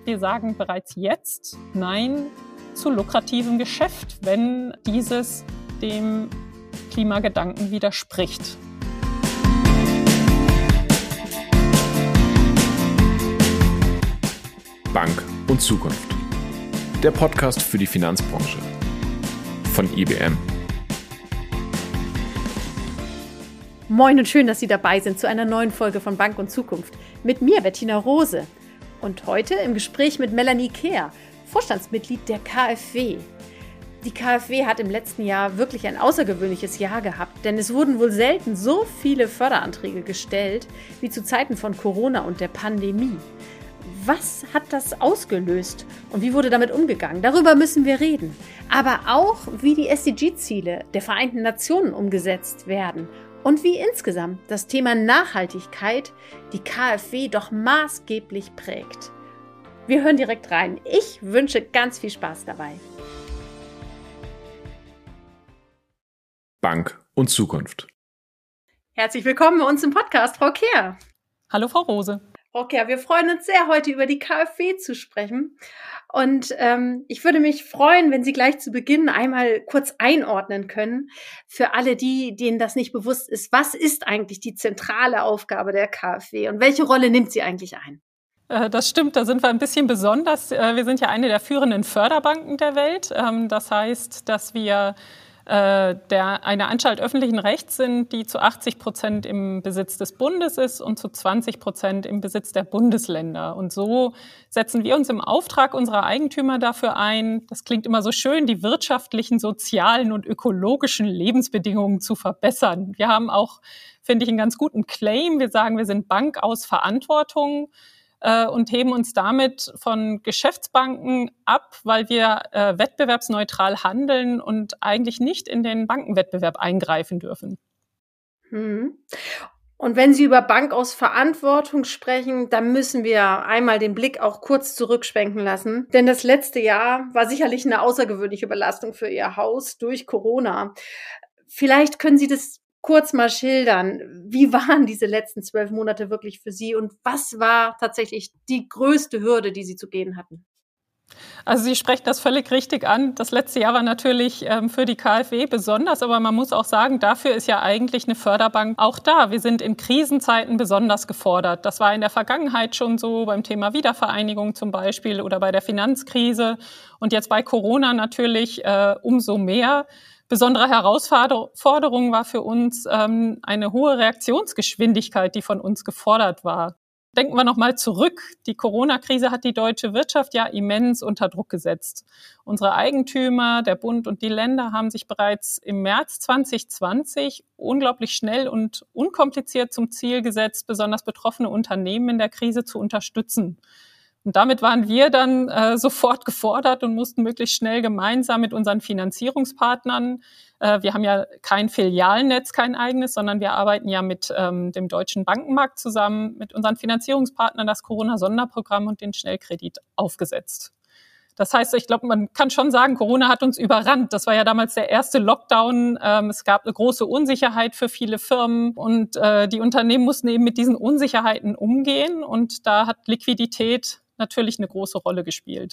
wir sagen bereits jetzt Nein zu lukrativem Geschäft, wenn dieses dem Klimagedanken widerspricht. Bank und Zukunft. Der Podcast für die Finanzbranche von IBM. Moin und schön, dass Sie dabei sind zu einer neuen Folge von Bank und Zukunft. Mit mir, Bettina Rose. Und heute im Gespräch mit Melanie Kehr, Vorstandsmitglied der KfW. Die KfW hat im letzten Jahr wirklich ein außergewöhnliches Jahr gehabt, denn es wurden wohl selten so viele Förderanträge gestellt wie zu Zeiten von Corona und der Pandemie. Was hat das ausgelöst und wie wurde damit umgegangen? Darüber müssen wir reden. Aber auch, wie die SDG-Ziele der Vereinten Nationen umgesetzt werden und wie insgesamt das Thema Nachhaltigkeit die KfW doch maßgeblich prägt. Wir hören direkt rein. Ich wünsche ganz viel Spaß dabei. Bank und Zukunft. Herzlich willkommen bei uns im Podcast, Frau Kehr. Hallo, Frau Rose. Frau Kehr, wir freuen uns sehr, heute über die KfW zu sprechen. Und ich würde mich freuen, wenn Sie gleich zu Beginn einmal kurz einordnen können, für alle die, denen das nicht bewusst ist, was ist eigentlich die zentrale Aufgabe der KfW und welche Rolle nimmt sie eigentlich ein? Das stimmt, da sind wir ein bisschen besonders. Wir sind ja eine der führenden Förderbanken der Welt. Das heißt, dass wir eine Anstalt öffentlichen Rechts sind, die zu 80% im Besitz des Bundes ist und zu 20% im Besitz der Bundesländer. Und so setzen wir uns im Auftrag unserer Eigentümer dafür ein, das klingt immer so schön, die wirtschaftlichen, sozialen und ökologischen Lebensbedingungen zu verbessern. Wir haben auch, finde ich, einen ganz guten Claim. Wir sagen, wir sind Bank aus Verantwortung und heben uns damit von Geschäftsbanken ab, weil wir wettbewerbsneutral handeln und eigentlich nicht in den Bankenwettbewerb eingreifen dürfen. Und wenn Sie über Bank aus Verantwortung sprechen, dann müssen wir einmal den Blick auch kurz zurückschwenken lassen. Denn das letzte Jahr war sicherlich eine außergewöhnliche Belastung für Ihr Haus durch Corona. Vielleicht können Sie das kurz mal schildern, wie waren diese letzten 12 Monate wirklich für Sie und was war tatsächlich die größte Hürde, die Sie zu gehen hatten? Also Sie sprechen das völlig richtig an. Das letzte Jahr war natürlich für die KfW besonders, aber man muss auch sagen, dafür ist ja eigentlich eine Förderbank auch da. Wir sind in Krisenzeiten besonders gefordert. Das war in der Vergangenheit schon so, beim Thema Wiedervereinigung zum Beispiel oder bei der Finanzkrise und jetzt bei Corona natürlich umso mehr. Besondere Herausforderung war für uns eine hohe Reaktionsgeschwindigkeit, die von uns gefordert war. Denken wir nochmal zurück. Die Corona-Krise hat die deutsche Wirtschaft ja immens unter Druck gesetzt. Unsere Eigentümer, der Bund und die Länder haben sich bereits im März 2020 unglaublich schnell und unkompliziert zum Ziel gesetzt, besonders betroffene Unternehmen in der Krise zu unterstützen. Und damit waren wir dann sofort gefordert und mussten möglichst schnell gemeinsam mit unseren Finanzierungspartnern, wir haben ja kein Filialnetz, kein eigenes, sondern wir arbeiten ja mit dem deutschen Bankenmarkt zusammen, mit unseren Finanzierungspartnern das Corona-Sonderprogramm und den Schnellkredit aufgesetzt. Das heißt, ich glaube, man kann schon sagen, Corona hat uns überrannt. Das war ja damals der erste Lockdown. Es gab eine große Unsicherheit für viele Firmen und die Unternehmen mussten eben mit diesen Unsicherheiten umgehen und da hat Liquidität natürlich eine große Rolle gespielt.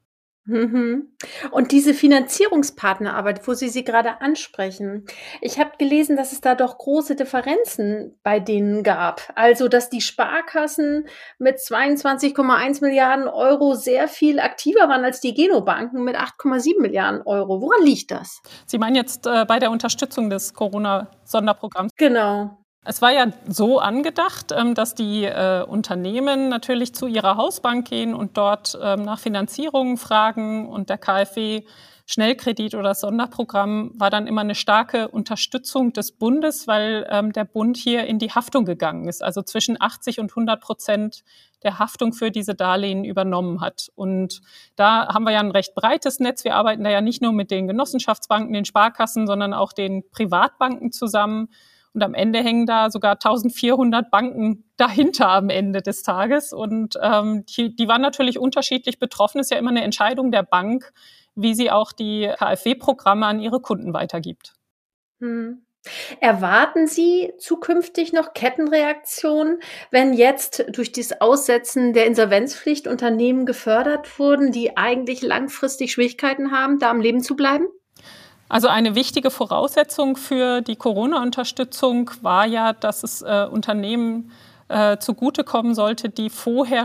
Und diese Finanzierungspartnerarbeit, wo Sie gerade ansprechen, ich habe gelesen, dass es da doch große Differenzen bei denen gab. Also, dass die Sparkassen mit 22,1 Milliarden Euro sehr viel aktiver waren als die Genobanken mit 8,7 Milliarden Euro. Woran liegt das? Sie meinen jetzt bei der Unterstützung des Corona-Sonderprogramms? Genau. Es war ja so angedacht, dass die Unternehmen natürlich zu ihrer Hausbank gehen und dort nach Finanzierungen fragen und der KfW Schnellkredit oder das Sonderprogramm war dann immer eine starke Unterstützung des Bundes, weil der Bund hier in die Haftung gegangen ist, also zwischen 80 und 100% der Haftung für diese Darlehen übernommen hat. Und da haben wir ja ein recht breites Netz. Wir arbeiten da ja nicht nur mit den Genossenschaftsbanken, den Sparkassen, sondern auch den Privatbanken zusammen. Und am Ende hängen da sogar 1400 Banken dahinter am Ende des Tages. Und die waren natürlich unterschiedlich betroffen. Es ist ja immer eine Entscheidung der Bank, wie sie auch die KfW-Programme an ihre Kunden weitergibt. Erwarten Sie zukünftig noch Kettenreaktionen, wenn jetzt durch das Aussetzen der Insolvenzpflicht Unternehmen gefördert wurden, die eigentlich langfristig Schwierigkeiten haben, da am Leben zu bleiben? Also eine wichtige Voraussetzung für die Corona-Unterstützung war ja, dass es Unternehmen zugutekommen sollte, die vorher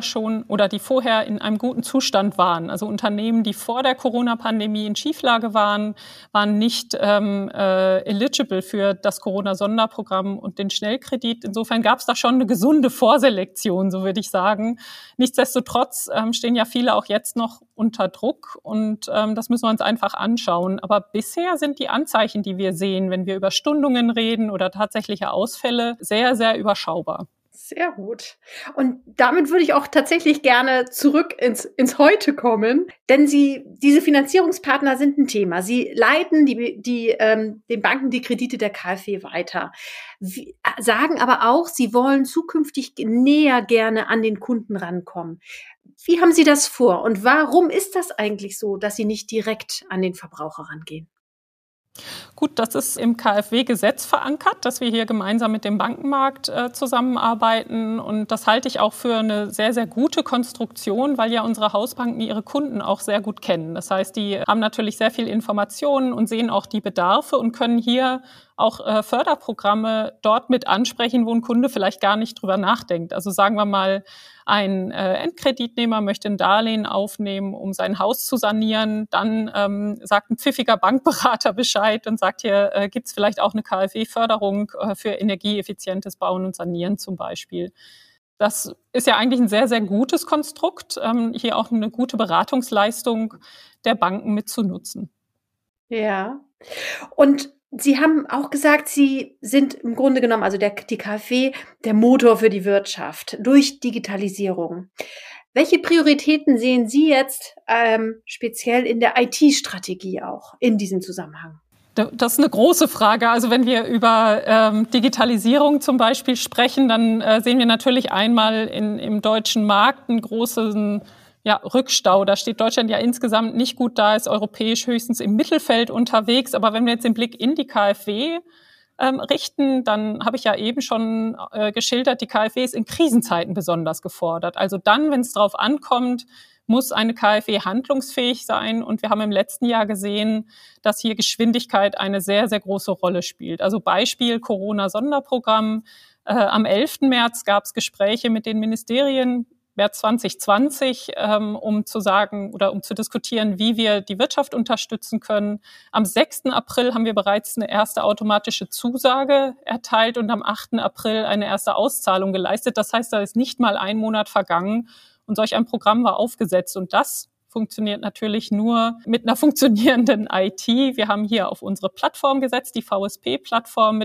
in einem guten Zustand waren. Also Unternehmen, die vor der Corona-Pandemie in Schieflage waren nicht eligible für das Corona-Sonderprogramm und den Schnellkredit. Insofern gab es da schon eine gesunde Vorselektion, so würde ich sagen. Nichtsdestotrotz stehen ja viele auch jetzt noch unter Druck und das müssen wir uns einfach anschauen. Aber bisher sind die Anzeichen, die wir sehen, wenn wir über Stundungen reden oder tatsächliche Ausfälle, sehr, sehr überschaubar. Sehr gut. Und damit würde ich auch tatsächlich gerne zurück ins Heute kommen, denn diese Finanzierungspartner sind ein Thema. Sie leiten den Banken die Kredite der KfW weiter, sagen aber auch, sie wollen zukünftig näher gerne an den Kunden rankommen. Wie haben Sie das vor und warum ist das eigentlich so, dass Sie nicht direkt an den Verbraucher rangehen? Gut, das ist im KfW-Gesetz verankert, dass wir hier gemeinsam mit dem Bankenmarkt zusammenarbeiten. Und das halte ich auch für eine sehr, sehr gute Konstruktion, weil ja unsere Hausbanken ihre Kunden auch sehr gut kennen. Das heißt, die haben natürlich sehr viel Informationen und sehen auch die Bedarfe und können hier auch Förderprogramme dort mit ansprechen, wo ein Kunde vielleicht gar nicht drüber nachdenkt. Also sagen wir mal, ein Endkreditnehmer möchte ein Darlehen aufnehmen, um sein Haus zu sanieren. Dann sagt ein pfiffiger Bankberater Bescheid und sagt, hier gibt es vielleicht auch eine KfW-Förderung für energieeffizientes Bauen und Sanieren zum Beispiel. Das ist ja eigentlich ein sehr, sehr gutes Konstrukt, hier auch eine gute Beratungsleistung der Banken mitzunutzen. Ja. Und Sie haben auch gesagt, Sie sind im Grunde genommen, also die KfW, der Motor für die Wirtschaft durch Digitalisierung. Welche Prioritäten sehen Sie jetzt speziell in der IT-Strategie auch in diesem Zusammenhang? Das ist eine große Frage. Also wenn wir über Digitalisierung zum Beispiel sprechen, dann sehen wir natürlich einmal im deutschen Markt einen großen Rückstau. Da steht Deutschland ja insgesamt nicht gut da, ist europäisch höchstens im Mittelfeld unterwegs. Aber wenn wir jetzt den Blick in die KfW richten, dann habe ich ja eben schon geschildert, die KfW ist in Krisenzeiten besonders gefordert. Also dann, wenn es drauf ankommt, muss eine KfW handlungsfähig sein. Und wir haben im letzten Jahr gesehen, dass hier Geschwindigkeit eine sehr, sehr große Rolle spielt. Also Beispiel Corona-Sonderprogramm. Am 11. März gab es Gespräche mit den Ministerien, März 2020, um zu sagen oder um zu diskutieren, wie wir die Wirtschaft unterstützen können. Am 6. April haben wir bereits eine erste automatische Zusage erteilt und am 8. April eine erste Auszahlung geleistet. Das heißt, da ist nicht mal ein Monat vergangen und solch ein Programm war aufgesetzt. Und das funktioniert natürlich nur mit einer funktionierenden IT. Wir haben hier auf unsere Plattform gesetzt, die VSP-Plattform,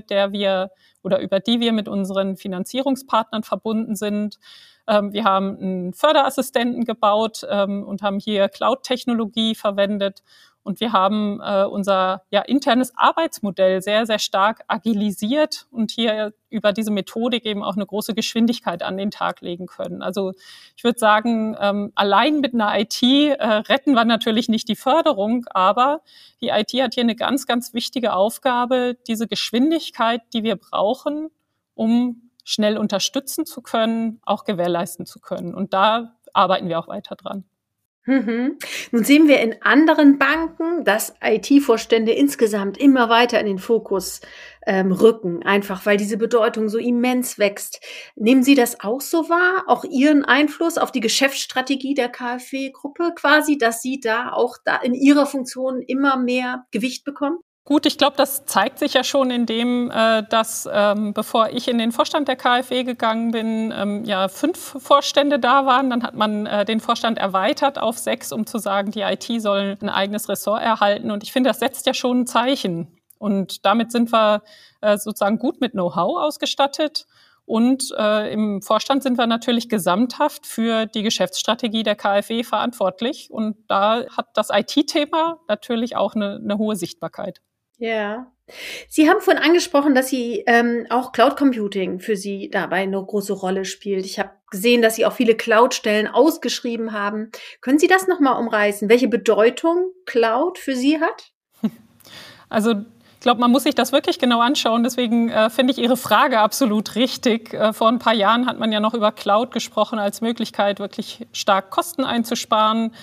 über die wir mit unseren Finanzierungspartnern verbunden sind. Wir haben einen Förderassistenten gebaut und haben hier Cloud-Technologie verwendet. Und wir haben unser internes Arbeitsmodell sehr, sehr stark agilisiert und hier über diese Methodik eben auch eine große Geschwindigkeit an den Tag legen können. Also ich würde sagen, allein mit einer IT retten wir natürlich nicht die Förderung, aber die IT hat hier eine ganz, ganz wichtige Aufgabe, diese Geschwindigkeit, die wir brauchen, um schnell unterstützen zu können, auch gewährleisten zu können. Und da arbeiten wir auch weiter dran. Mhm. Nun sehen wir in anderen Banken, dass IT-Vorstände insgesamt immer weiter in den Fokus rücken, einfach weil diese Bedeutung so immens wächst. Nehmen Sie das auch so wahr, auch Ihren Einfluss auf die Geschäftsstrategie der KfW-Gruppe quasi, dass Sie da in Ihrer Funktion immer mehr Gewicht bekommen? Gut, ich glaube, das zeigt sich ja schon in dem, dass bevor ich in den Vorstand der KfW gegangen bin, 5 Vorstände da waren. Dann hat man den Vorstand erweitert auf 6, um zu sagen, die IT soll ein eigenes Ressort erhalten. Und ich finde, das setzt ja schon ein Zeichen. Und damit sind wir sozusagen gut mit Know-how ausgestattet. Und im Vorstand sind wir natürlich gesamthaft für die Geschäftsstrategie der KfW verantwortlich. Und da hat das IT-Thema natürlich auch eine hohe Sichtbarkeit. Ja. Sie haben vorhin angesprochen, dass Sie auch Cloud Computing für Sie dabei eine große Rolle spielt. Ich habe gesehen, dass Sie auch viele Cloud-Stellen ausgeschrieben haben. Können Sie das nochmal umreißen, welche Bedeutung Cloud für Sie hat? Also glaube, man muss sich das wirklich genau anschauen. Deswegen finde ich Ihre Frage absolut richtig. Vor ein paar Jahren hat man ja noch über Cloud gesprochen als Möglichkeit, wirklich stark Kosten einzusparen.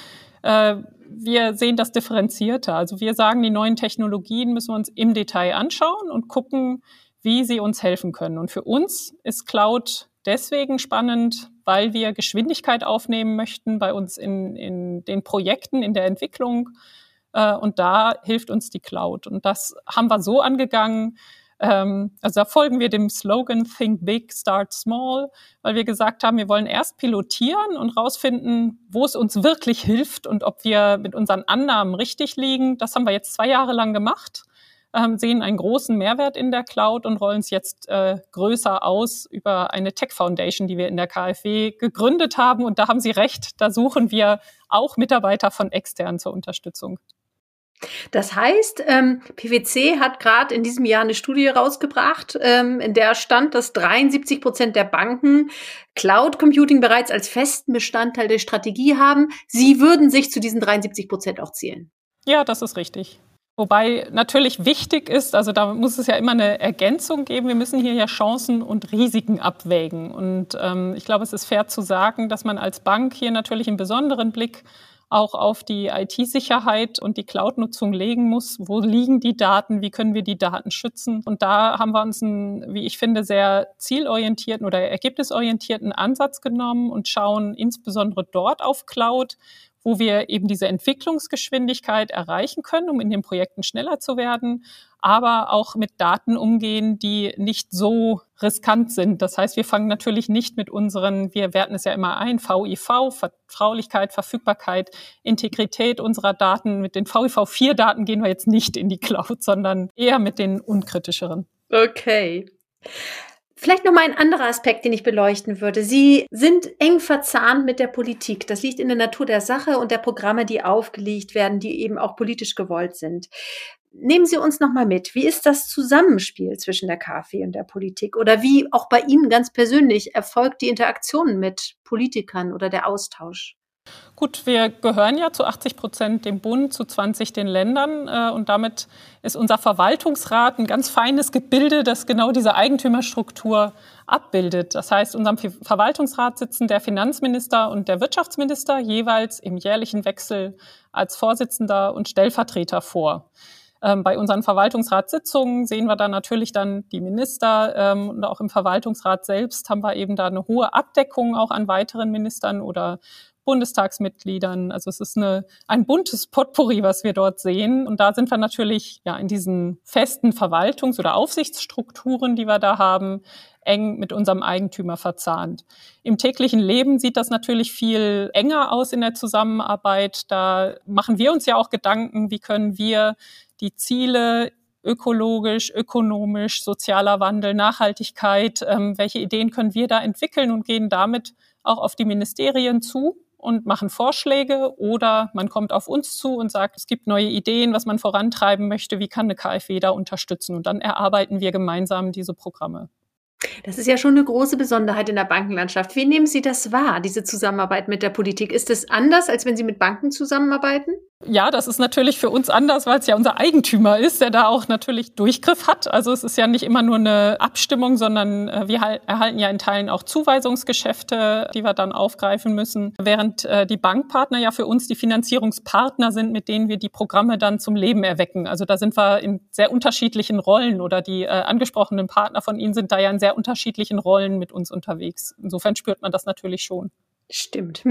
Wir sehen das differenzierter. Also wir sagen, die neuen Technologien müssen wir uns im Detail anschauen und gucken, wie sie uns helfen können. Und für uns ist Cloud deswegen spannend, weil wir Geschwindigkeit aufnehmen möchten bei uns in den Projekten, in der Entwicklung. Und da hilft uns die Cloud. Und das haben wir so angegangen. Also da folgen wir dem Slogan Think Big, Start Small, weil wir gesagt haben, wir wollen erst pilotieren und rausfinden, wo es uns wirklich hilft und ob wir mit unseren Annahmen richtig liegen. Das haben wir jetzt 2 Jahre lang gemacht, sehen einen großen Mehrwert in der Cloud und rollen es jetzt größer aus über eine Tech Foundation, die wir in der KfW gegründet haben. Und da haben Sie recht, da suchen wir auch Mitarbeiter von extern zur Unterstützung. Das heißt, PwC hat gerade in diesem Jahr eine Studie rausgebracht, in der stand, dass 73% der Banken Cloud Computing bereits als festen Bestandteil der Strategie haben. Sie würden sich zu diesen 73% auch zählen. Ja, das ist richtig. Wobei natürlich wichtig ist, also da muss es ja immer eine Ergänzung geben. Wir müssen hier ja Chancen und Risiken abwägen. Und ich glaube, es ist fair zu sagen, dass man als Bank hier natürlich einen besonderen Blick auch auf die IT-Sicherheit und die Cloud-Nutzung legen muss. Wo liegen die Daten? Wie können wir die Daten schützen? Und da haben wir uns einen, wie ich finde, sehr zielorientierten oder ergebnisorientierten Ansatz genommen und schauen insbesondere dort auf Cloud, wo wir eben diese Entwicklungsgeschwindigkeit erreichen können, um in den Projekten schneller zu werden, aber auch mit Daten umgehen, die nicht so riskant sind. Das heißt, wir fangen natürlich nicht mit unseren, wir werten es ja immer ein, VIV, Vertraulichkeit, Verfügbarkeit, Integrität unserer Daten. Mit den VIV4-Daten gehen wir jetzt nicht in die Cloud, sondern eher mit den unkritischeren. Okay. Vielleicht noch mal ein anderer Aspekt, den ich beleuchten würde. Sie sind eng verzahnt mit der Politik. Das liegt in der Natur der Sache und der Programme, die aufgelegt werden, die eben auch politisch gewollt sind. Nehmen Sie uns noch mal mit. Wie ist das Zusammenspiel zwischen der KfW und der Politik? Oder wie auch bei Ihnen ganz persönlich erfolgt die Interaktion mit Politikern oder der Austausch? Gut, wir gehören ja zu 80% dem Bund, zu 20 den Ländern. Und damit ist unser Verwaltungsrat ein ganz feines Gebilde, das genau diese Eigentümerstruktur abbildet. Das heißt, in unserem Verwaltungsrat sitzen der Finanzminister und der Wirtschaftsminister jeweils im jährlichen Wechsel als Vorsitzender und Stellvertreter vor. Bei unseren Verwaltungsratssitzungen sehen wir dann natürlich dann die Minister und auch im Verwaltungsrat selbst haben wir eben da eine hohe Abdeckung auch an weiteren Ministern oder Bundestagsmitgliedern. Also es ist ein buntes Potpourri, was wir dort sehen. Und da sind wir natürlich ja in diesen festen Verwaltungs- oder Aufsichtsstrukturen, die wir da haben, eng mit unserem Eigentümer verzahnt. Im täglichen Leben sieht das natürlich viel enger aus in der Zusammenarbeit. Da machen wir uns ja auch Gedanken, wie können wir die Ziele ökologisch, ökonomisch, sozialer Wandel, Nachhaltigkeit, welche Ideen können wir da entwickeln und gehen damit auch auf die Ministerien zu und machen Vorschläge oder man kommt auf uns zu und sagt, es gibt neue Ideen, was man vorantreiben möchte, wie kann eine KfW da unterstützen und dann erarbeiten wir gemeinsam diese Programme. Das ist ja schon eine große Besonderheit in der Bankenlandschaft. Wie nehmen Sie das wahr, diese Zusammenarbeit mit der Politik? Ist es anders, als wenn Sie mit Banken zusammenarbeiten? Ja, das ist natürlich für uns anders, weil es ja unser Eigentümer ist, der da auch natürlich Durchgriff hat. Also es ist ja nicht immer nur eine Abstimmung, sondern wir erhalten ja in Teilen auch Zuweisungsgeschäfte, die wir dann aufgreifen müssen, während die Bankpartner ja für uns die Finanzierungspartner sind, mit denen wir die Programme dann zum Leben erwecken. Also da sind wir in sehr unterschiedlichen Rollen oder die angesprochenen Partner von Ihnen sind da ja in sehr unterschiedlichen Rollen mit uns unterwegs. Insofern spürt man das natürlich schon. Stimmt.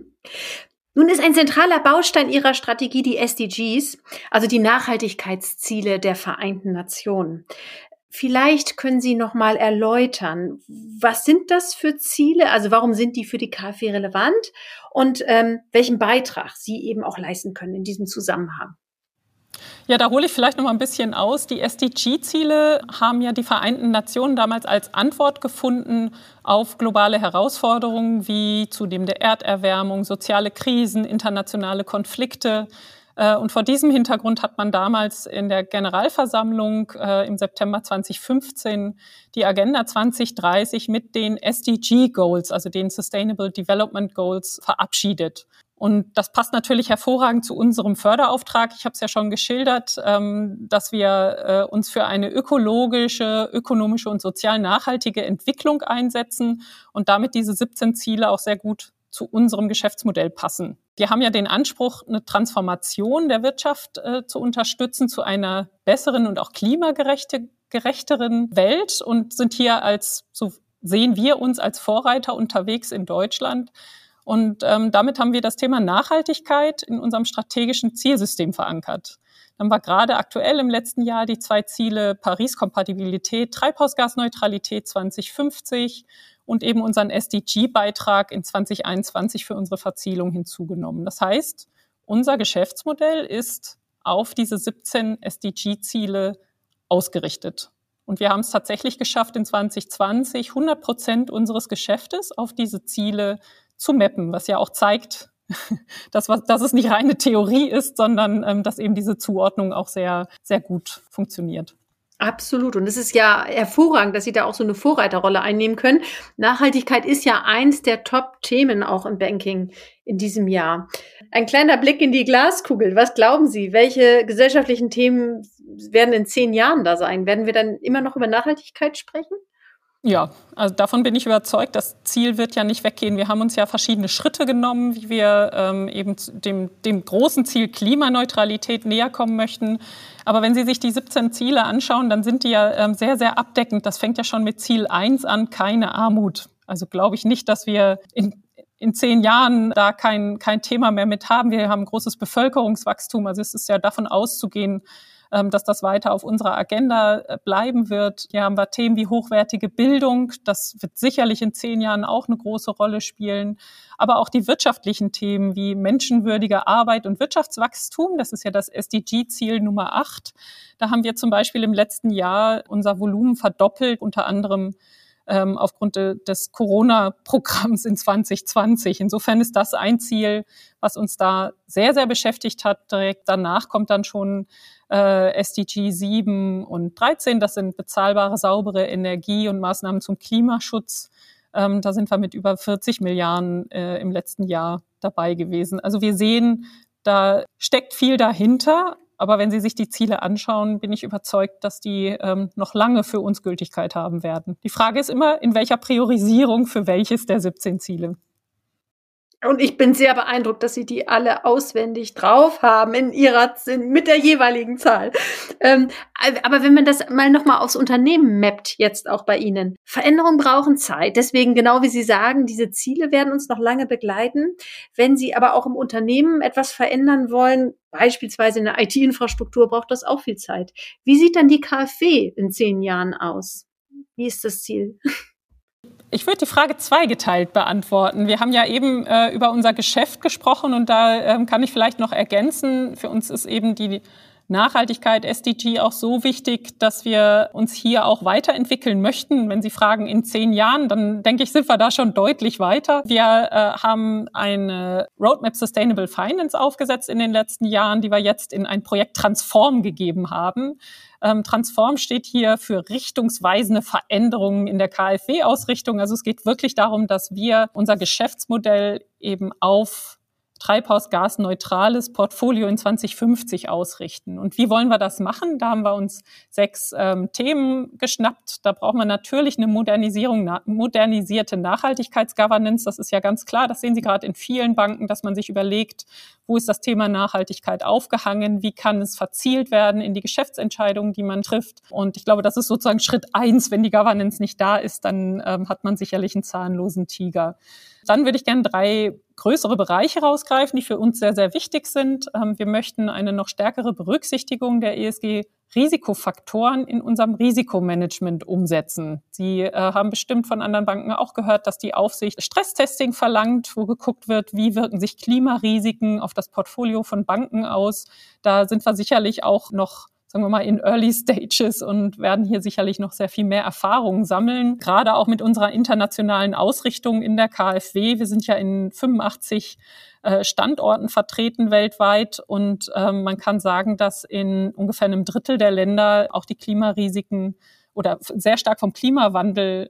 Nun ist ein zentraler Baustein Ihrer Strategie die SDGs, also die Nachhaltigkeitsziele der Vereinten Nationen. Vielleicht können Sie noch mal erläutern, was sind das für Ziele? Also warum sind die für die KfW relevant und welchen Beitrag Sie eben auch leisten können in diesem Zusammenhang? Ja, da hole ich vielleicht noch mal ein bisschen aus. Die SDG-Ziele haben ja die Vereinten Nationen damals als Antwort gefunden auf globale Herausforderungen wie zunehmende Erderwärmung, soziale Krisen, internationale Konflikte. Und vor diesem Hintergrund hat man damals in der Generalversammlung im September 2015 die Agenda 2030 mit den SDG-Goals, also den Sustainable Development Goals, verabschiedet. Und das passt natürlich hervorragend zu unserem Förderauftrag. Ich habe es ja schon geschildert, dass wir uns für eine ökologische, ökonomische und sozial nachhaltige Entwicklung einsetzen und damit diese 17 Ziele auch sehr gut zu unserem Geschäftsmodell passen. Wir haben ja den Anspruch, eine Transformation der Wirtschaft zu unterstützen zu einer besseren und auch klimagerechteren Welt und sind hier so sehen wir uns als Vorreiter unterwegs in Deutschland. Und damit haben wir das Thema Nachhaltigkeit in unserem strategischen Zielsystem verankert. Dann war gerade aktuell im letzten Jahr die 2 Ziele Paris-Kompatibilität, Treibhausgasneutralität 2050 und eben unseren SDG-Beitrag in 2021 für unsere Verzielung hinzugenommen. Das heißt, unser Geschäftsmodell ist auf diese 17 SDG-Ziele ausgerichtet. Und wir haben es tatsächlich geschafft, in 2020 100% unseres Geschäftes auf diese Ziele zu mappen, was ja auch zeigt, dass es nicht reine Theorie ist, sondern dass eben diese Zuordnung auch sehr, sehr gut funktioniert. Absolut. Und es ist ja hervorragend, dass Sie da auch so eine Vorreiterrolle einnehmen können. Nachhaltigkeit ist ja eins der Top-Themen auch im Banking in diesem Jahr. Ein kleiner Blick in die Glaskugel. Was glauben Sie? Welche gesellschaftlichen Themen werden in 10 Jahren da sein? Werden wir dann immer noch über Nachhaltigkeit sprechen? Ja, also davon bin ich überzeugt. Das Ziel wird ja nicht weggehen. Wir haben uns ja verschiedene Schritte genommen, wie wir eben dem großen Ziel Klimaneutralität näher kommen möchten. Aber wenn Sie sich die 17 Ziele anschauen, dann sind die ja sehr, sehr abdeckend. Das fängt ja schon mit Ziel 1 an, keine Armut. Also glaube ich nicht, dass wir in 10 Jahren da kein Thema mehr mit haben. Wir haben großes Bevölkerungswachstum. Also es ist ja davon auszugehen, dass das weiter auf unserer Agenda bleiben wird. Hier haben wir Themen wie hochwertige Bildung. Das wird sicherlich in 10 Jahren auch eine große Rolle spielen. Aber auch die wirtschaftlichen Themen wie menschenwürdige Arbeit und Wirtschaftswachstum. Das ist ja das SDG-Ziel Nummer 8. Da haben wir zum Beispiel im letzten Jahr unser Volumen verdoppelt, unter anderem aufgrund des Corona-Programms in 2020. Insofern ist das ein Ziel, was uns da sehr, sehr beschäftigt hat. Direkt danach kommt dann schon SDG 7 und 13. Das sind bezahlbare, saubere Energie und Maßnahmen zum Klimaschutz. Da sind wir mit über 40 Milliarden im letzten Jahr dabei gewesen. Also wir sehen, da steckt viel dahinter. Aber wenn Sie sich die Ziele anschauen, bin ich überzeugt, dass die noch lange für uns Gültigkeit haben werden. Die Frage ist immer, in welcher Priorisierung für welches der 17 Ziele. Und ich bin sehr beeindruckt, dass Sie die alle auswendig drauf haben mit der jeweiligen Zahl. Aber wenn man das mal nochmal aufs Unternehmen mappt, jetzt auch bei Ihnen. Veränderungen brauchen Zeit. Deswegen, genau wie Sie sagen, diese Ziele werden uns noch lange begleiten. Wenn Sie aber auch im Unternehmen etwas verändern wollen, beispielsweise in der IT-Infrastruktur, braucht das auch viel Zeit. Wie sieht dann die KfW in 10 Jahren aus? Wie ist das Ziel? Ich würde die Frage zweigeteilt beantworten. Wir haben ja eben über unser Geschäft gesprochen und da kann ich vielleicht noch ergänzen, für uns ist eben die Nachhaltigkeit, SDG auch so wichtig, dass wir uns hier auch weiterentwickeln möchten. Wenn Sie fragen, in 10 Jahren, dann denke ich, sind wir da schon deutlich weiter. Wir haben eine Roadmap Sustainable Finance aufgesetzt in den letzten Jahren, die wir jetzt in ein Projekt Transform gegeben haben. Transform steht hier für richtungsweisende Veränderungen in der KfW-Ausrichtung. Also es geht wirklich darum, dass wir unser Geschäftsmodell eben auf treibhausgasneutrales Portfolio in 2050 ausrichten. Und wie wollen wir das machen? Da haben wir uns 6 Themen geschnappt. Da brauchen wir natürlich eine modernisierte Nachhaltigkeitsgovernance. Das ist ja ganz klar. Das sehen Sie gerade in vielen Banken, dass man sich überlegt, wo ist das Thema Nachhaltigkeit aufgehangen? Wie kann es verzielt werden in die Geschäftsentscheidungen, die man trifft? Und ich glaube, das ist sozusagen Schritt 1. Wenn die Governance nicht da ist, dann hat man sicherlich einen zahnlosen Tiger. Dann würde ich gerne 3 größere Bereiche rausgreifen, die für uns sehr, sehr wichtig sind. Wir möchten eine noch stärkere Berücksichtigung der ESG-Risikofaktoren in unserem Risikomanagement umsetzen. Sie haben bestimmt von anderen Banken auch gehört, dass die Aufsicht Stresstesting verlangt, wo geguckt wird, wie wirken sich Klimarisiken auf das Portfolio von Banken aus. Da sind wir sicherlich auch noch, sagen wir mal, in Early Stages und werden hier sicherlich noch sehr viel mehr Erfahrungen sammeln. Gerade auch mit unserer internationalen Ausrichtung in der KfW. Wir sind ja in 85 Standorten vertreten weltweit und man kann sagen, dass in ungefähr einem Drittel der Länder auch die Klimarisiken oder sehr stark vom Klimawandel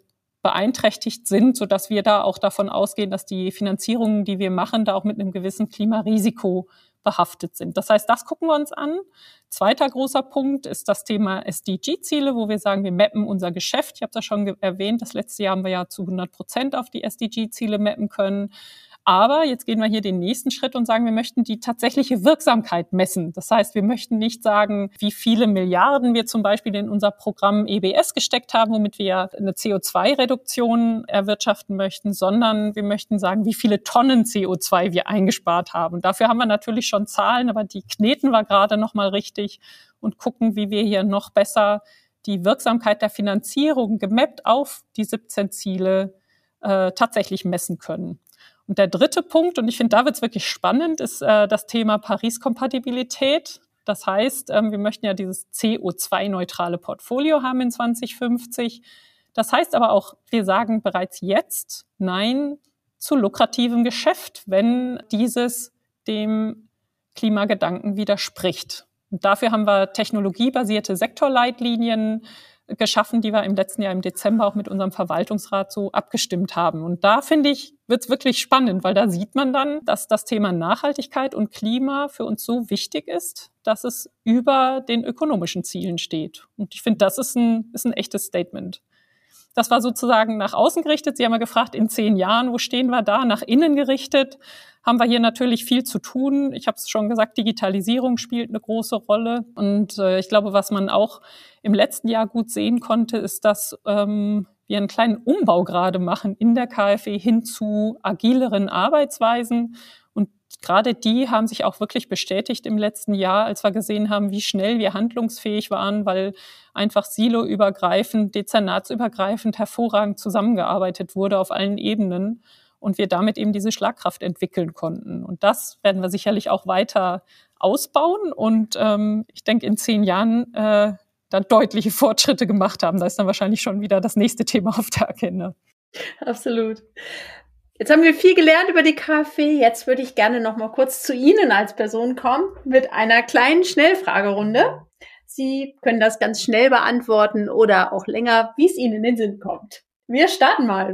beeinträchtigt sind, sodass wir da auch davon ausgehen, dass die Finanzierungen, die wir machen, da auch mit einem gewissen Klimarisiko behaftet sind. Das heißt, das gucken wir uns an. Zweiter großer Punkt ist das Thema SDG-Ziele, wo wir sagen, wir mappen unser Geschäft. Ich habe das schon erwähnt, das letzte Jahr haben wir ja zu 100% auf die SDG-Ziele mappen können. Aber jetzt gehen wir hier den nächsten Schritt und sagen, wir möchten die tatsächliche Wirksamkeit messen. Das heißt, wir möchten nicht sagen, wie viele Milliarden wir zum Beispiel in unser Programm EBS gesteckt haben, womit wir eine CO2-Reduktion erwirtschaften möchten, sondern wir möchten sagen, wie viele Tonnen CO2 wir eingespart haben. Und dafür haben wir natürlich schon Zahlen, aber die kneten wir gerade noch mal richtig und gucken, wie wir hier noch besser die Wirksamkeit der Finanzierung gemappt auf die 17 Ziele tatsächlich messen können. Und der dritte Punkt, und ich finde, da wird es wirklich spannend, ist das Thema Paris-Kompatibilität. Das heißt, wir möchten ja dieses CO2-neutrale Portfolio haben in 2050. Das heißt aber auch, wir sagen bereits jetzt Nein zu lukrativem Geschäft, wenn dieses dem Klimagedanken widerspricht. Und dafür haben wir technologiebasierte Sektorleitlinien geschaffen, die wir im letzten Jahr im Dezember auch mit unserem Verwaltungsrat so abgestimmt haben. Und da, finde ich, wird es wirklich spannend, weil da sieht man dann, dass das Thema Nachhaltigkeit und Klima für uns so wichtig ist, dass es über den ökonomischen Zielen steht. Und ich finde, das ist ein echtes Statement. Das war sozusagen nach außen gerichtet. Sie haben ja gefragt, in 10 Jahren, wo stehen wir da? Nach innen gerichtet haben wir hier natürlich viel zu tun. Ich habe es schon gesagt, Digitalisierung spielt eine große Rolle. Und ich glaube, was man auch im letzten Jahr gut sehen konnte, ist, dass wir einen kleinen Umbau gerade machen in der KfW hin zu agileren Arbeitsweisen. Und gerade die haben sich auch wirklich bestätigt im letzten Jahr, als wir gesehen haben, wie schnell wir handlungsfähig waren, weil einfach siloübergreifend, dezernatsübergreifend hervorragend zusammengearbeitet wurde auf allen Ebenen und wir damit eben diese Schlagkraft entwickeln konnten. Und das werden wir sicherlich auch weiter ausbauen und ich denke, in 10 Jahren dann deutliche Fortschritte gemacht haben. Da ist dann wahrscheinlich schon wieder das nächste Thema auf der Agenda. Absolut. Jetzt haben wir viel gelernt über die KfW. Jetzt würde ich gerne noch mal kurz zu Ihnen als Person kommen mit einer kleinen Schnellfragerunde. Sie können das ganz schnell beantworten oder auch länger, wie es Ihnen in den Sinn kommt. Wir starten mal.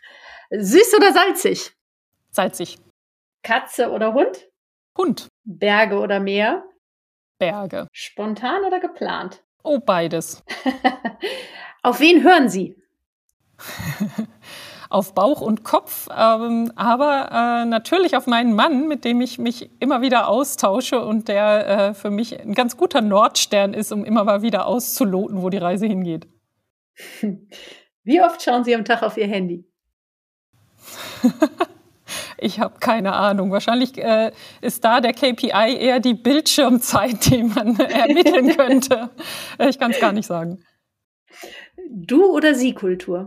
Süß oder salzig? Salzig. Katze oder Hund? Hund. Berge oder Meer? Berge. Spontan oder geplant? Oh, beides. Auf wen hören Sie? Auf Bauch und Kopf, aber natürlich auf meinen Mann, mit dem ich mich immer wieder austausche und der für mich ein ganz guter Nordstern ist, um immer mal wieder auszuloten, wo die Reise hingeht. Wie oft schauen Sie am Tag auf Ihr Handy? Ich habe keine Ahnung. Wahrscheinlich ist da der KPI eher die Bildschirmzeit, die man ermitteln könnte. Ich kann es gar nicht sagen. Du- oder Sie-Kultur?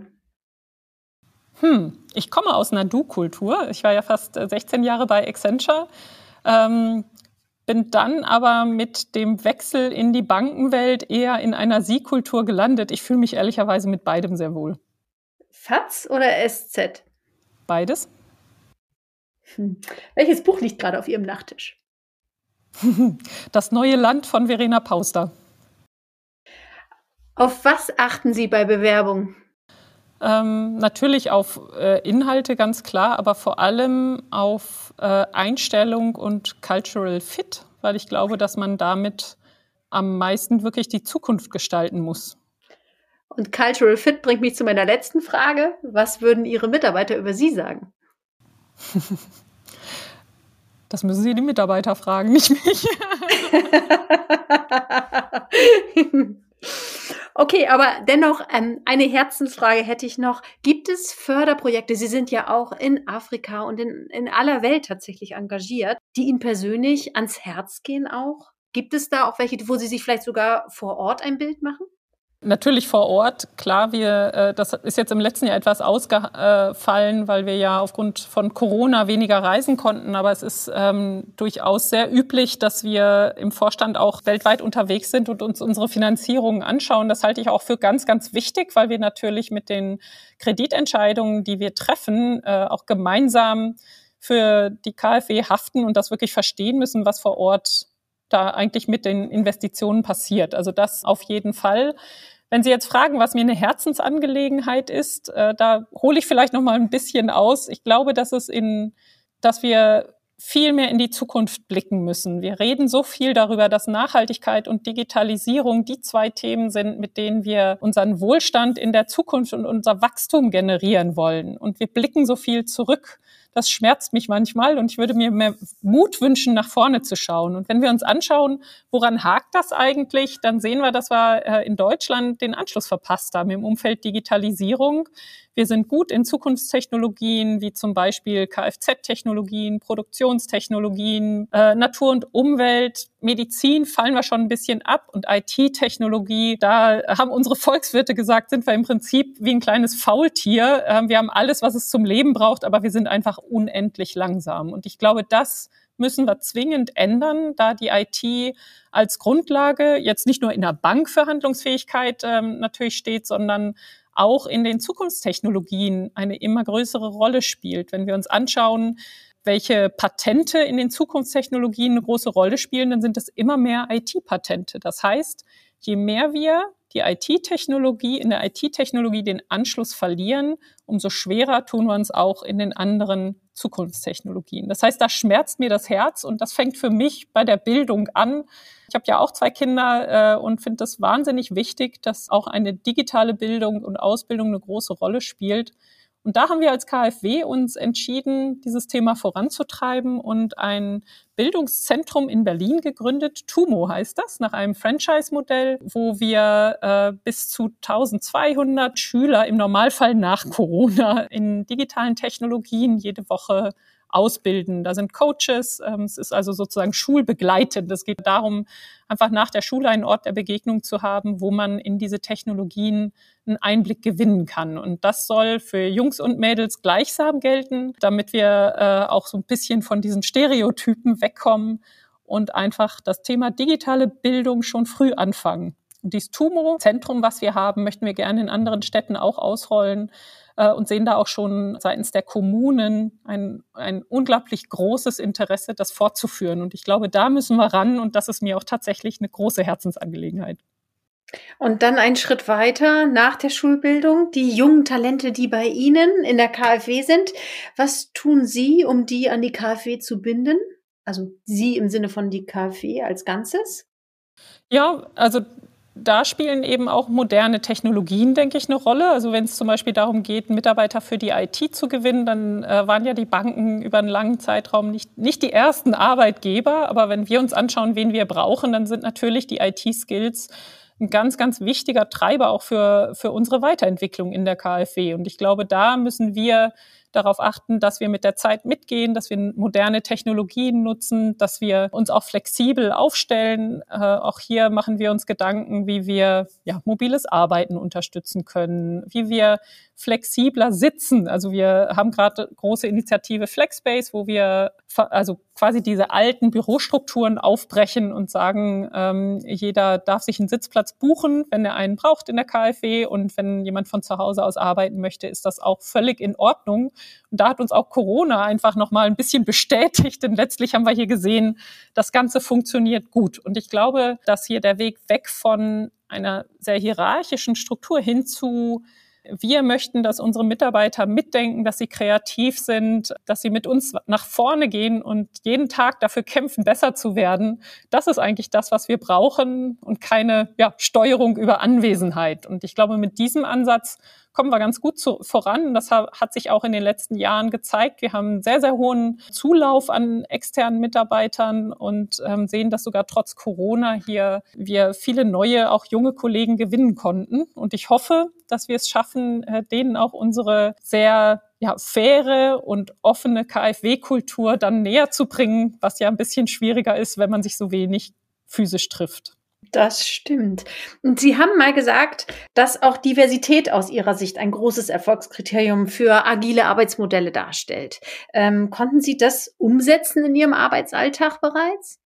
Ich komme aus einer Du-Kultur. Ich war ja fast 16 Jahre bei Accenture, bin dann aber mit dem Wechsel in die Bankenwelt eher in einer Sie-Kultur gelandet. Ich fühle mich ehrlicherweise mit beidem sehr wohl. FAZ oder SZ? Beides. Welches Buch liegt gerade auf Ihrem Nachttisch? Das neue Land von Verena Pauster. Auf was achten Sie bei Bewerbungen? Natürlich auf Inhalte, ganz klar, aber vor allem auf Einstellung und Cultural Fit, weil ich glaube, dass man damit am meisten wirklich die Zukunft gestalten muss. Und Cultural Fit bringt mich zu meiner letzten Frage. Was würden Ihre Mitarbeiter über Sie sagen? Das müssen Sie die Mitarbeiter fragen, nicht mich. Okay, aber dennoch eine Herzensfrage hätte ich noch. Gibt es Förderprojekte, Sie sind ja auch in Afrika und in aller Welt tatsächlich engagiert, die Ihnen persönlich ans Herz gehen auch? Gibt es da auch welche, wo Sie sich vielleicht sogar vor Ort ein Bild machen? Natürlich vor Ort, klar, das ist jetzt im letzten Jahr etwas ausgefallen, weil wir ja aufgrund von Corona weniger reisen konnten. Aber es ist durchaus sehr üblich, dass wir im Vorstand auch weltweit unterwegs sind und uns unsere Finanzierungen anschauen. Das halte ich auch für ganz, ganz wichtig, weil wir natürlich mit den Kreditentscheidungen, die wir treffen, auch gemeinsam für die KfW haften und das wirklich verstehen müssen, was vor Ort da eigentlich mit den Investitionen passiert. Also das auf jeden Fall. Wenn Sie jetzt fragen, was mir eine Herzensangelegenheit ist, da hole ich vielleicht noch mal ein bisschen aus. Ich glaube, dass wir viel mehr in die Zukunft blicken müssen. Wir reden so viel darüber, dass Nachhaltigkeit und Digitalisierung die 2 Themen sind, mit denen wir unseren Wohlstand in der Zukunft und unser Wachstum generieren wollen. Und wir blicken so viel zurück. Das schmerzt mich manchmal und ich würde mir mehr Mut wünschen, nach vorne zu schauen. Und wenn wir uns anschauen, woran hakt das eigentlich, dann sehen wir, dass wir in Deutschland den Anschluss verpasst haben im Umfeld Digitalisierung. Wir sind gut in Zukunftstechnologien, wie zum Beispiel Kfz-Technologien, Produktionstechnologien, Natur und Umwelt, Medizin fallen wir schon ein bisschen ab und IT-Technologie, da haben unsere Volkswirte gesagt, sind wir im Prinzip wie ein kleines Faultier. Wir haben alles, was es zum Leben braucht, aber wir sind einfach unendlich langsam. Und ich glaube, das müssen wir zwingend ändern, da die IT als Grundlage jetzt nicht nur in der Bank für Handlungsfähigkeit natürlich steht, sondern auch in den Zukunftstechnologien eine immer größere Rolle spielt. Wenn wir uns anschauen, welche Patente in den Zukunftstechnologien eine große Rolle spielen, dann sind es immer mehr IT-Patente. Das heißt, je mehr wir in der IT-Technologie den Anschluss verlieren, umso schwerer tun wir uns auch in den anderen Zukunftstechnologien. Das heißt, da schmerzt mir das Herz und das fängt für mich bei der Bildung an. Ich habe ja auch 2 Kinder und finde das wahnsinnig wichtig, dass auch eine digitale Bildung und Ausbildung eine große Rolle spielt. Und da haben wir als KfW uns entschieden, dieses Thema voranzutreiben und ein Bildungszentrum in Berlin gegründet. TUMO heißt das, nach einem Franchise-Modell, wo wir bis zu 1200 Schüler im Normalfall nach Corona in digitalen Technologien jede Woche ausbilden. Da sind Coaches, es ist also sozusagen schulbegleitend. Es geht darum, einfach nach der Schule einen Ort der Begegnung zu haben, wo man in diese Technologien einen Einblick gewinnen kann. Und das soll für Jungs und Mädels gleichsam gelten, damit wir auch so ein bisschen von diesen Stereotypen wegkommen und einfach das Thema digitale Bildung schon früh anfangen. Und dieses TUMO-Zentrum, was wir haben, möchten wir gerne in anderen Städten auch ausrollen und sehen da auch schon seitens der Kommunen ein unglaublich großes Interesse, das fortzuführen. Und ich glaube, da müssen wir ran und das ist mir auch tatsächlich eine große Herzensangelegenheit. Und dann einen Schritt weiter nach der Schulbildung, die jungen Talente, die bei Ihnen in der KfW sind. Was tun Sie, um die an die KfW zu binden? Also Sie im Sinne von die KfW als Ganzes? Ja, also da spielen eben auch moderne Technologien, denke ich, eine Rolle. Also wenn es zum Beispiel darum geht, Mitarbeiter für die IT zu gewinnen, dann waren ja die Banken über einen langen Zeitraum nicht die ersten Arbeitgeber. Aber wenn wir uns anschauen, wen wir brauchen, dann sind natürlich die IT-Skills ein ganz, ganz wichtiger Treiber auch für unsere Weiterentwicklung in der KfW. Und ich glaube, da müssen wir darauf achten, dass wir mit der Zeit mitgehen, dass wir moderne Technologien nutzen, dass wir uns auch flexibel aufstellen. Auch hier machen wir uns Gedanken, wie wir mobiles Arbeiten unterstützen können, wie wir flexibler sitzen. Also wir haben gerade große Initiative Flexspace, wo wir also quasi diese alten Bürostrukturen aufbrechen und sagen, jeder darf sich einen Sitzplatz buchen, wenn er einen braucht in der KfW. Und wenn jemand von zu Hause aus arbeiten möchte, ist das auch völlig in Ordnung. Und da hat uns auch Corona einfach noch mal ein bisschen bestätigt, denn letztlich haben wir hier gesehen, das Ganze funktioniert gut. Und ich glaube, dass hier der Weg weg von einer sehr hierarchischen Struktur hin zu wir möchten, dass unsere Mitarbeiter mitdenken, dass sie kreativ sind, dass sie mit uns nach vorne gehen und jeden Tag dafür kämpfen, besser zu werden. Das ist eigentlich das, was wir brauchen und keine Steuerung über Anwesenheit. Und ich glaube, mit diesem Ansatz kommen wir ganz gut voran. Das hat sich auch in den letzten Jahren gezeigt. Wir haben einen sehr, sehr hohen Zulauf an externen Mitarbeitern und sehen, dass sogar trotz Corona hier wir viele neue, auch junge Kollegen gewinnen konnten. Und ich hoffe, dass wir es schaffen, denen auch unsere sehr faire und offene KfW-Kultur dann näher zu bringen, was ja ein bisschen schwieriger ist, wenn man sich so wenig physisch trifft. Das stimmt. Und Sie haben mal gesagt, dass auch Diversität aus Ihrer Sicht ein großes Erfolgskriterium für agile Arbeitsmodelle darstellt. Konnten Sie das umsetzen in Ihrem Arbeitsalltag bereits?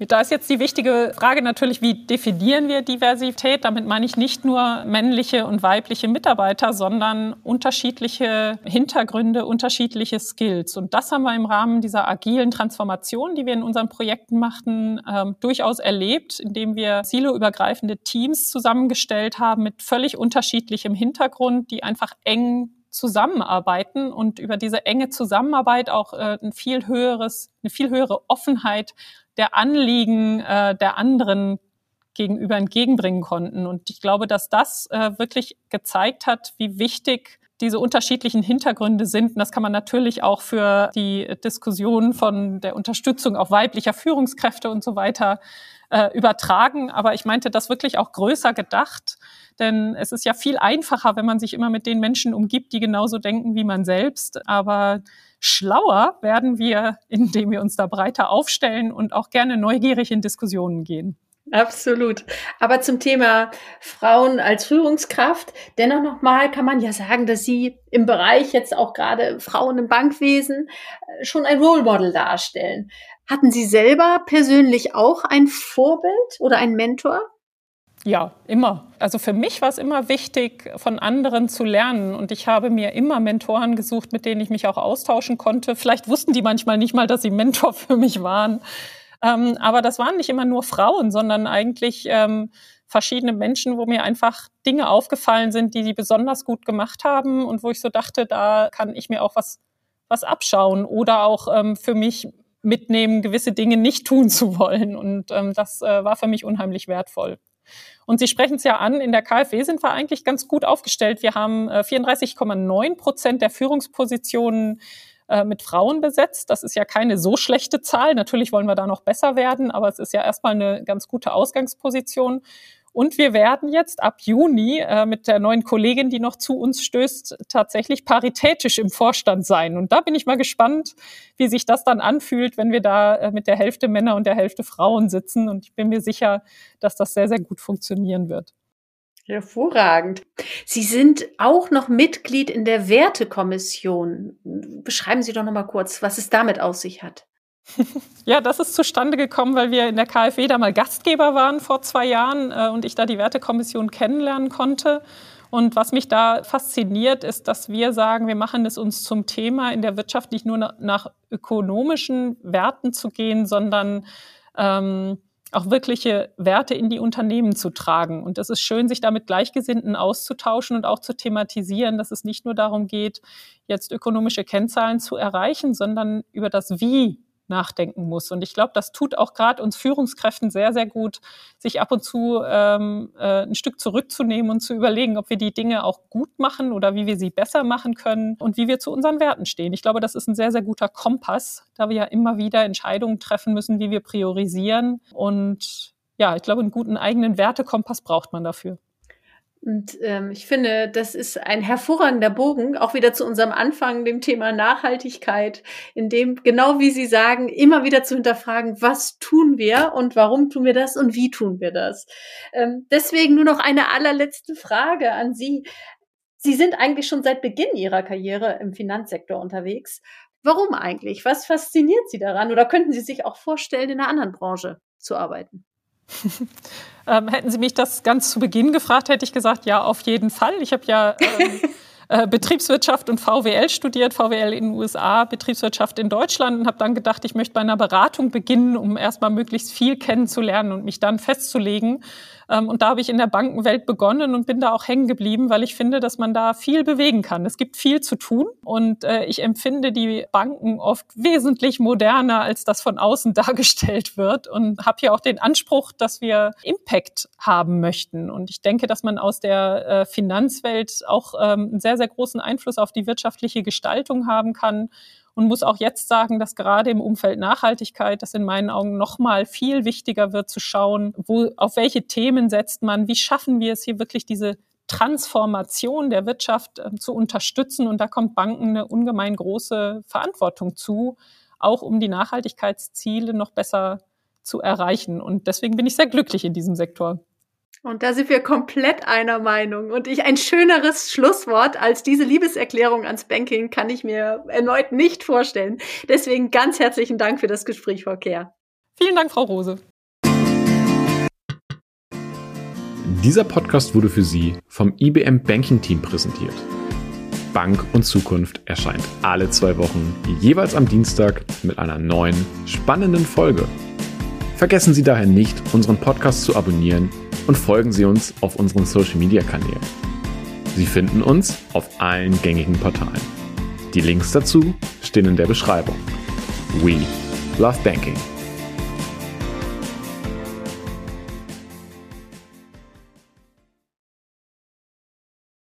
Da ist jetzt die wichtige Frage natürlich, wie definieren wir Diversität? Damit meine ich nicht nur männliche und weibliche Mitarbeiter, sondern unterschiedliche Hintergründe, unterschiedliche Skills. Und das haben wir im Rahmen dieser agilen Transformation, die wir in unseren Projekten machten, durchaus erlebt, indem wir siloübergreifende Teams zusammengestellt haben mit völlig unterschiedlichem Hintergrund, die einfach eng zusammenarbeiten und über diese enge Zusammenarbeit auch eine viel höhere Offenheit der Anliegen der anderen gegenüber entgegenbringen konnten. Und ich glaube, dass das wirklich gezeigt hat, wie wichtig diese unterschiedlichen Hintergründe sind. Und das kann man natürlich auch für die Diskussion von der Unterstützung auch weiblicher Führungskräfte und so weiter übertragen. Aber ich meinte das wirklich auch größer gedacht. Denn es ist ja viel einfacher, wenn man sich immer mit den Menschen umgibt, die genauso denken wie man selbst. Aber schlauer werden wir, indem wir uns da breiter aufstellen und auch gerne neugierig in Diskussionen gehen. Absolut. Aber zum Thema Frauen als Führungskraft, dennoch nochmal kann man ja sagen, dass Sie im Bereich jetzt auch gerade Frauen im Bankwesen schon ein Role Model darstellen. Hatten Sie selber persönlich auch ein Vorbild oder einen Mentor? Ja, immer. Also für mich war es immer wichtig, von anderen zu lernen. Und ich habe mir immer Mentoren gesucht, mit denen ich mich auch austauschen konnte. Vielleicht wussten die manchmal nicht mal, dass sie Mentor für mich waren. Aber das waren nicht immer nur Frauen, sondern eigentlich verschiedene Menschen, wo mir einfach Dinge aufgefallen sind, die besonders gut gemacht haben und wo ich so dachte, da kann ich mir auch was abschauen oder auch für mich mitnehmen, gewisse Dinge nicht tun zu wollen. Und das war für mich unheimlich wertvoll. Und Sie sprechen es ja an, in der KfW sind wir eigentlich ganz gut aufgestellt. Wir haben 34,9% der Führungspositionen mit Frauen besetzt. Das ist ja keine so schlechte Zahl. Natürlich wollen wir da noch besser werden, aber es ist ja erstmal eine ganz gute Ausgangsposition. Und wir werden jetzt ab Juni mit der neuen Kollegin, die noch zu uns stößt, tatsächlich paritätisch im Vorstand sein. Und da bin ich mal gespannt, wie sich das dann anfühlt, wenn wir da mit der Hälfte Männer und der Hälfte Frauen sitzen. Und ich bin mir sicher, dass das sehr, sehr gut funktionieren wird. Hervorragend. Sie sind auch noch Mitglied in der Wertekommission. Beschreiben Sie doch noch mal kurz, was es damit auf sich hat. Ja, das ist zustande gekommen, weil wir in der KfW da mal Gastgeber waren vor 2 Jahren und ich da die Wertekommission kennenlernen konnte. Und was mich da fasziniert, ist, dass wir sagen, wir machen es uns zum Thema, in der Wirtschaft nicht nur nach ökonomischen Werten zu gehen, sondern auch wirkliche Werte in die Unternehmen zu tragen. Und es ist schön, sich da mit Gleichgesinnten auszutauschen und auch zu thematisieren, dass es nicht nur darum geht, jetzt ökonomische Kennzahlen zu erreichen, sondern über das Wie nachdenken muss. Und ich glaube, das tut auch gerade uns Führungskräften sehr, sehr gut, sich ab und zu ein Stück zurückzunehmen und zu überlegen, ob wir die Dinge auch gut machen oder wie wir sie besser machen können und wie wir zu unseren Werten stehen. Ich glaube, das ist ein sehr, sehr guter Kompass, da wir ja immer wieder Entscheidungen treffen müssen, wie wir priorisieren. Und ja, ich glaube, einen guten eigenen Wertekompass braucht man dafür. Und ich finde, das ist ein hervorragender Bogen, auch wieder zu unserem Anfang, dem Thema Nachhaltigkeit, in dem, genau wie Sie sagen, immer wieder zu hinterfragen, was tun wir und warum tun wir das und wie tun wir das. Deswegen nur noch eine allerletzte Frage an Sie. Sie sind eigentlich schon seit Beginn Ihrer Karriere im Finanzsektor unterwegs. Warum eigentlich? Was fasziniert Sie daran? Oder könnten Sie sich auch vorstellen, in einer anderen Branche zu arbeiten? Hätten Sie mich das ganz zu Beginn gefragt, hätte ich gesagt, ja, auf jeden Fall. Ich habe ja Betriebswirtschaft und VWL studiert, VWL in den USA, Betriebswirtschaft in Deutschland und habe dann gedacht, ich möchte bei einer Beratung beginnen, um erstmal möglichst viel kennenzulernen und mich dann festzulegen. Und da habe ich in der Bankenwelt begonnen und bin da auch hängen geblieben, weil ich finde, dass man da viel bewegen kann. Es gibt viel zu tun und ich empfinde die Banken oft wesentlich moderner, als das von außen dargestellt wird und habe hier auch den Anspruch, dass wir Impact haben möchten. Und ich denke, dass man aus der Finanzwelt auch einen sehr, sehr großen Einfluss auf die wirtschaftliche Gestaltung haben kann. Und muss auch jetzt sagen, dass gerade im Umfeld Nachhaltigkeit das in meinen Augen noch mal viel wichtiger wird zu schauen, auf welche Themen setzt man, wie schaffen wir es hier wirklich diese Transformation der Wirtschaft zu unterstützen. Und da kommt Banken eine ungemein große Verantwortung zu, auch um die Nachhaltigkeitsziele noch besser zu erreichen. Und deswegen bin ich sehr glücklich in diesem Sektor. Und da sind wir komplett einer Meinung. Und ein schöneres Schlusswort als diese Liebeserklärung ans Banking kann ich mir erneut nicht vorstellen. Deswegen ganz herzlichen Dank für das Gespräch, Frau Kehr. Vielen Dank, Frau Rose. Dieser Podcast wurde für Sie vom IBM Banking Team präsentiert. Bank und Zukunft erscheint alle 2 Wochen, jeweils am Dienstag mit einer neuen, spannenden Folge. Vergessen Sie daher nicht, unseren Podcast zu abonnieren und folgen Sie uns auf unseren Social-Media-Kanälen. Sie finden uns auf allen gängigen Portalen. Die Links dazu stehen in der Beschreibung. We love banking.